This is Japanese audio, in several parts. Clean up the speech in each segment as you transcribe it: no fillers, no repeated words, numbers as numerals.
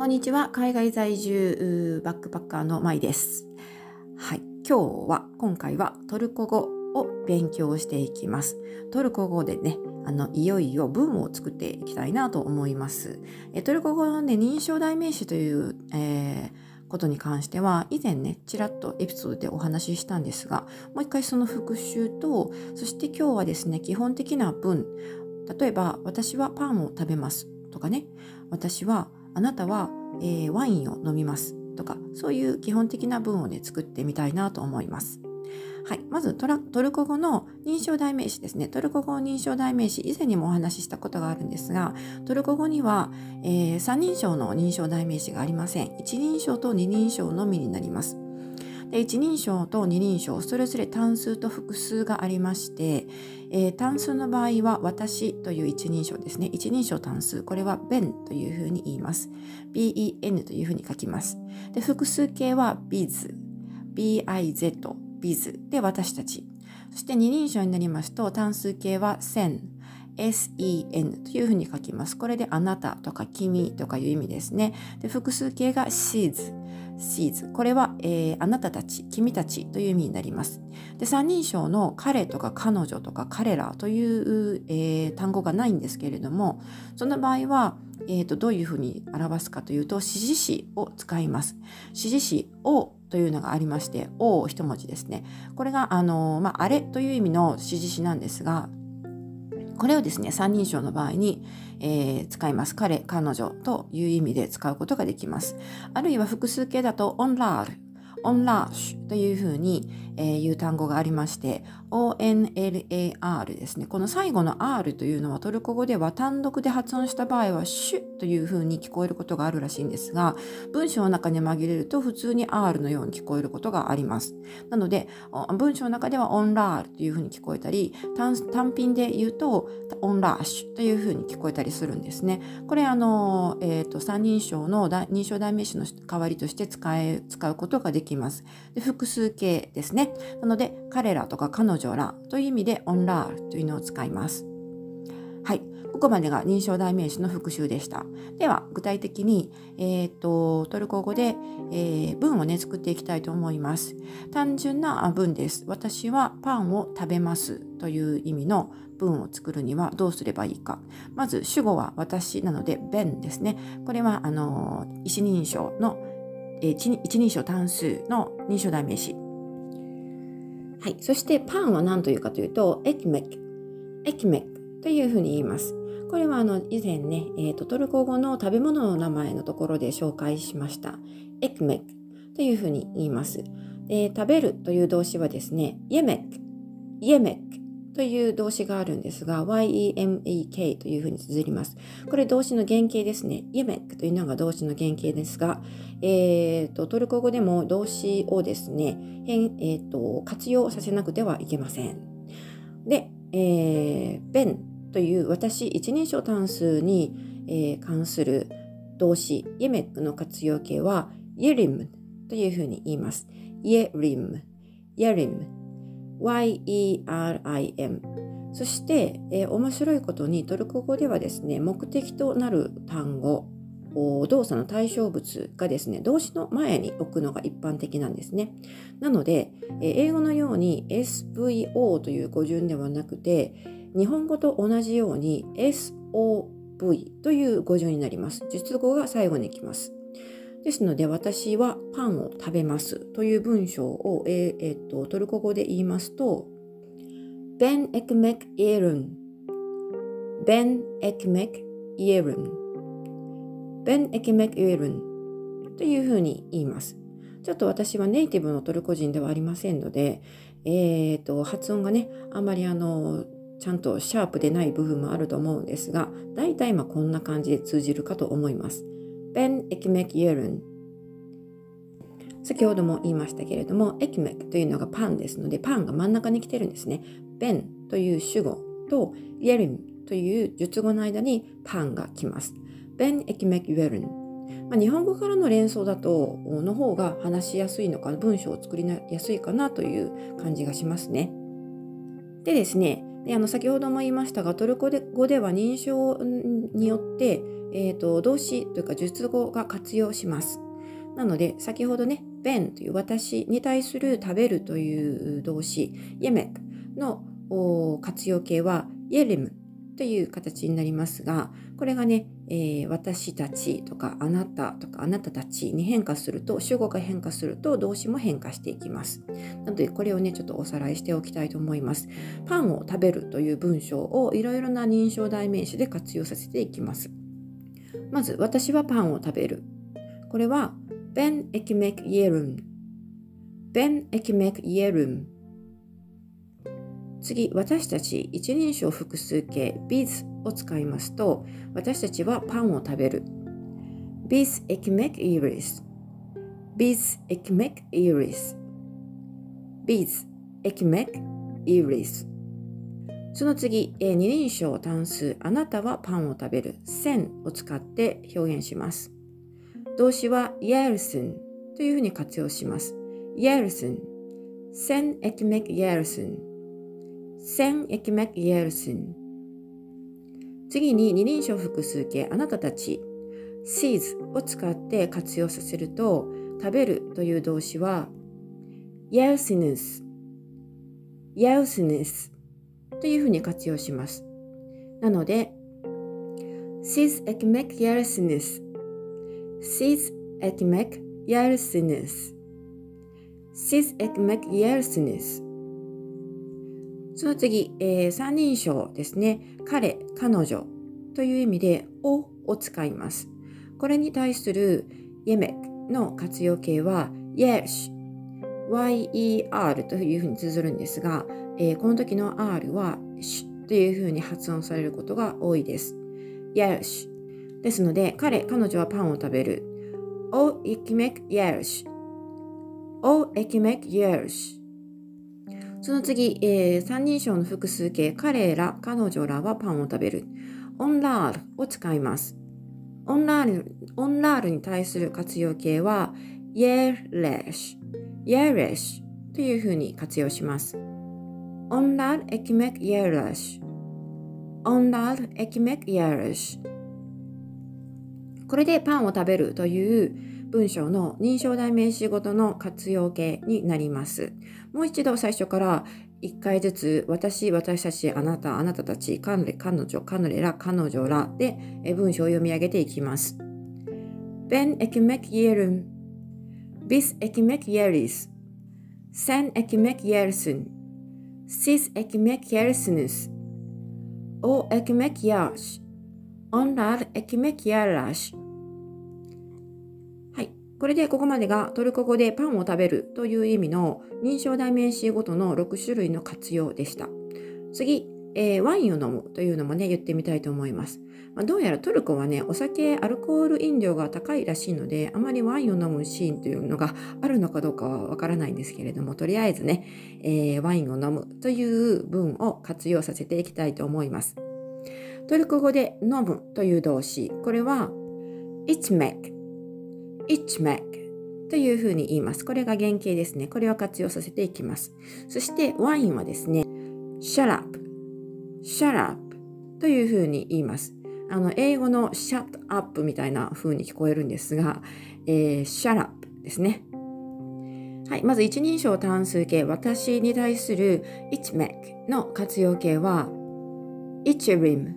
こんにちは。海外在住バックパッカーのまいです。はい、今回はトルコ語を勉強していきます。トルコ語でね、いよいよ文を作っていきたいなと思います。トルコ語のね、認証代名詞という、ことに関しては以前ねちらっとエピソードでお話ししたんですが、もう一回その復習と、そして今日はですね基本的な文、例えば私はパンを食べますとかね、あなたは、ワインを飲みますとか、そういう基本的な文をね作ってみたいなと思います。はい、まずトルコ語の認証代名詞ですね。トルコ語の認証代名詞、以前にもお話ししたことがあるんですが、トルコ語には、三人称の認証代名詞がありません。一人称と二人称のみになります。で、一人称と二人称、それぞれ単数と複数がありまして、単数の場合は私という一人称ですね。一人称単数、これはbenというふうに言います。ben というふうに書きます。で、複数形は biz、biz で私たち。そして二人称になりますと単数形は sen というふうに書きます。これであなたとか君とかいう意味ですね。で、複数形が she's。これは、あなたたち、君たちという意味になります。で、三人称の彼とか彼女とか彼らという、単語がないんですけれども、その場合は、どういうふうに表すかというと、指示詞を使います。指示詞をというのがありまして、を一文字ですね。これがあれという意味の指示詞なんですが、これをですね、三人称の場合に、使います。彼、彼女という意味で使うことができます。あるいは複数形だとオンラーシュというふうに、いう単語がありまして、ONLAR ですね。この最後の R というのはトルコ語では単独で発音した場合はシュというふうに聞こえることがあるらしいんですが、文章の中に紛れると普通に R のように聞こえることがあります。なので、文章の中ではオンラールというふうに聞こえたり、単品で言うとオンラーシュというふうに聞こえたりするんですね。これ三人称の認証代名詞の代わりとして使うことができます。で、複数形ですね。なので彼らとか彼女らという意味でオンラールというのを使います。はい、ここまでが認証代名詞の復習でした。では具体的に、トルコ語で、文をね作っていきたいと思います。単純な文です。私はパンを食べますという意味の文を作るにはどうすればいいか。まず主語は私なのでbenですね。これは一人称の一人称単数の認証代名詞。はい、そしてパンは何というかというとエキメクというふうに言います。これは以前ね、トルコ語の食べ物の名前のところで紹介しました。エキメクというふうに言います。食べるという動詞はですね、イエメクという動詞があるんですが、yemek というふうに綴ります。これ動詞の原型ですね。イエメクというのが動詞の原型ですが、トルコ語でも動詞をですね、活用させなくてはいけません。で、ben という私一人称単数に、関する動詞イエメックの活用形はイエリムというふうに言います。イエリム yerim。 そして、面白いことにトルコ語ではですね、目的となる単語、動作の対象物がですね、動詞の前に置くのが一般的なんですね。なので、英語のように SVO という語順ではなくて、日本語と同じように SOV という語順になります。述語が最後に来ます。ですので、私はパンを食べますという文章を、トルコ語で言いますと、Ben ekmek yerim Ben ekmek yerim Ben ekmek yerimというふうに言います。ちょっと私はネイティブのトルコ人ではありませんので、発音がね、あんまりちゃんとシャープでない部分もあると思うんですが、だいたいこんな感じで通じるかと思います。Ben ekmek yerim。先ほども言いましたけれども、エキメクというのがパンですので、パンが真ん中に来てるんですね。Ben という主語と yerim という述語の間にパンが来ます。Ben ekmek yerim。日本語からの連想だとの方が話しやすいのか、文章を作りやすいかなという感じがしますね。でですね、先ほども言いましたが、トルコ語では認証によって、 動詞というか述語が活用します。なので先ほどね、便という私に対する食べるという動詞、イェメクの活用形はイェレムという形になりますが、これがね、私たちとかあなたとかあなたたちに変化すると、主語が変化すると動詞も変化していきます。なのでこれをねちょっとおさらいしておきたいと思います。パンを食べるという文章をいろいろな認証代名詞で活用させていきます。まず私はパンを食べる。これはBen ekmek yerim。Ben ekmek yerim。次、私たち一人称複数形 biz を使いますと、私たちはパンを食べる。Biz ekmek yeriz。Biz ekmek yeriz。Biz ekmek yeriz。その次、二人称単数、あなたはパンを食べる。sen を使って表現します。動詞は yersin というふうに活用します。yersin。sen ekmek yersin。sen ekmek yersin。次に二人称複数形、あなたたち siz を使って活用させると、食べるという動詞は yersiniz。yersiniz というふうに活用します。なので siz ekmek yersiniz。siz ekmek yersiniz。siz ekmek yersiniz。その次、三人称ですね。彼、彼女という意味でを使います。これに対するイェメクの活用形は yer、yer というふうに綴るんですが、この時の R は sh というふうに発音されることが多いです。yer。ですので、彼、彼女はパンを食べる。O ekmek yer。O ekmek yer。その次、三人称の複数形、彼ら、彼女らはパンを食べる。onlar を使います。onlar に対する活用形は yerleş というふうに活用します。onlar ekmek yerleş。onlar ekmek yerleş。これでパンを食べるという文章の認証代名詞ごとの活用形になります。もう一度最初から1回ずつ私、私たち、あなた、あなたたち、彼、彼女、彼ら、彼女らで文章を読み上げていきます。Ben ekmek yerim。Biz ekmek yeriz。Sen ekmek yersin。Siz ekmek yersiniz。O ekmek yer。Onlar ekmek yerler。これでここまでがトルコ語でパンを食べるという意味の認証代名詞ごとの6種類の活用でした。次、ワインを飲むというのもね、言ってみたいと思います。どうやらトルコはね、お酒、アルコール飲料が高いらしいので、あまりワインを飲むシーンというのがあるのかどうかはわからないんですけれども、とりあえずね、ワインを飲むという文を活用させていきたいと思います。トルコ語で飲むという動詞、これは içmekというふうに言います。これが原型ですね。これを活用させていきます。そしてワインはですね、sharap というふうに言います。英語の shut up みたいな風に聞こえるんですが、sharap ですね。はい、まず一人称単数形、私に対する içmek の活用形は içerim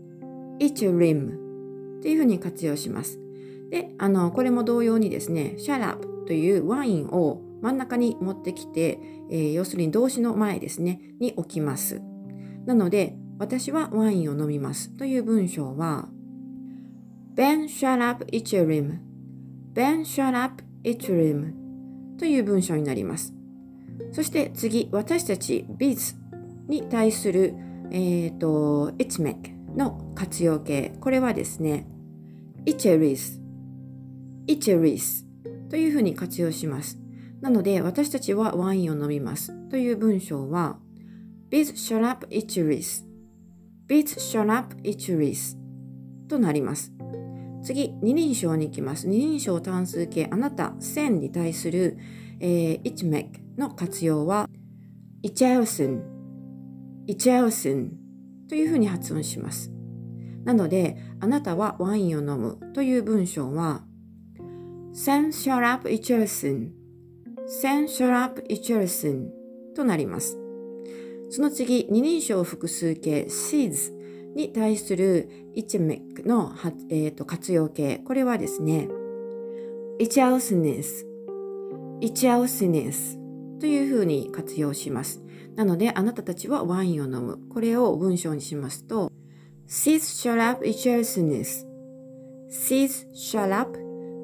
というふうに活用します。で、これも同様にですね、シャラップというワインを真ん中に持ってきて、要するに動詞の前ですね、に置きます。なので、私はワインを飲みますという文章は、Ben şarap içerim。Ben şarap içerim という文章になります。そして次、私たち biz に対する、içmek の活用形。これはですね、içerizというふうに活用します。なので、私たちはワインを飲みますという文章は Biz şarap içeriz。Biz şarap içeriz となります。次、二人称に行きます。二人称単数形、あなた、senに対する、içmek の活用は içersin というふうに発音します。 なので、あなたはワインを飲むという文章は、Sen şarap içersin。Sen şarap içersin となります。その次、二人称複数形 siz に対する içmek の、活用形。これはですね、içersiniz。içersiniz というふうに活用します。なので、あなたたちはワインを飲む。これを文章にしますと、Siz şarap içersiniz。Siz şarap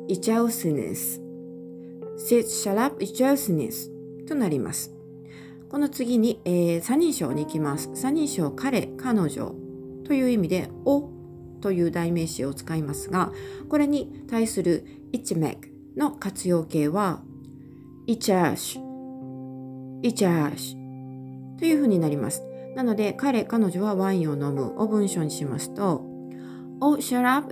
içersiniz。Siz şarap içersiniz となります。この次に、三人称に行きます。三人称、彼、彼女という意味で、おという代名詞を使いますが、これに対する içmek の活用形は、içer、içer というふうになります。なので、彼、彼女はワインを飲むを文章にしますと、O şarap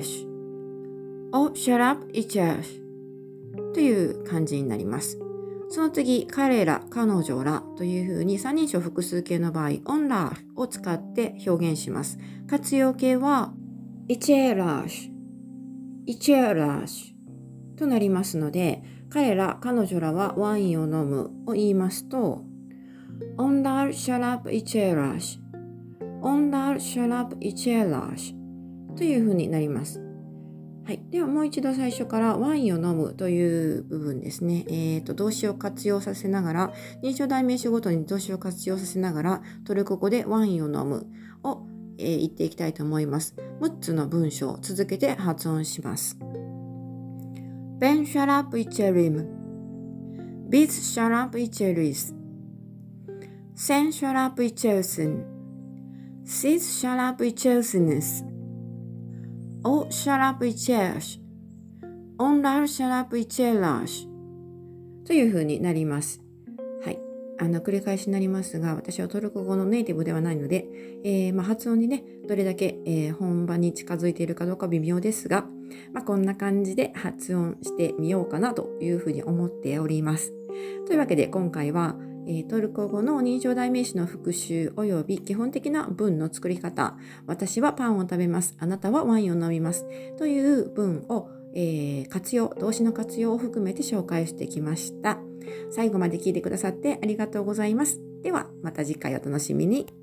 içer、O şarap içer という感じになります。その次、彼ら、彼女らというふうに三人称複数形の場合、onlar を使って表現します。活用形は、içerler、içerler となりますので、彼ら、彼女らはワインを飲むを言いますと、onlar şarap içerler、onlar şarap içerler というふうになります。はい、ではもう一度最初からワインを飲むという部分ですね。動詞を活用させながら、認証代名詞ごとに動詞を活用させながら、トルコ語でワインを飲むを、言っていきたいと思います。6つの文章を続けて発音します。Ben şarap içerim. Biz şarap içeriz. Sen şarap içersin. Siz şarap içersiniz.O şarap içer. Onlar şarap içerler. というふうになります。はい。繰り返しになりますが、私はトルコ語のネイティブではないので、発音にね、どれだけ、本場に近づいているかどうか微妙ですが、こんな感じで発音してみようかなというふうに思っております。というわけで今回は、トルコ語の認証代名詞の復習および基本的な文の作り方、私はパンを食べます、あなたはワインを飲みますという文を、活用、動詞の活用を含めて紹介してきました。最後まで聞いてくださってありがとうございます。ではまた次回お楽しみに。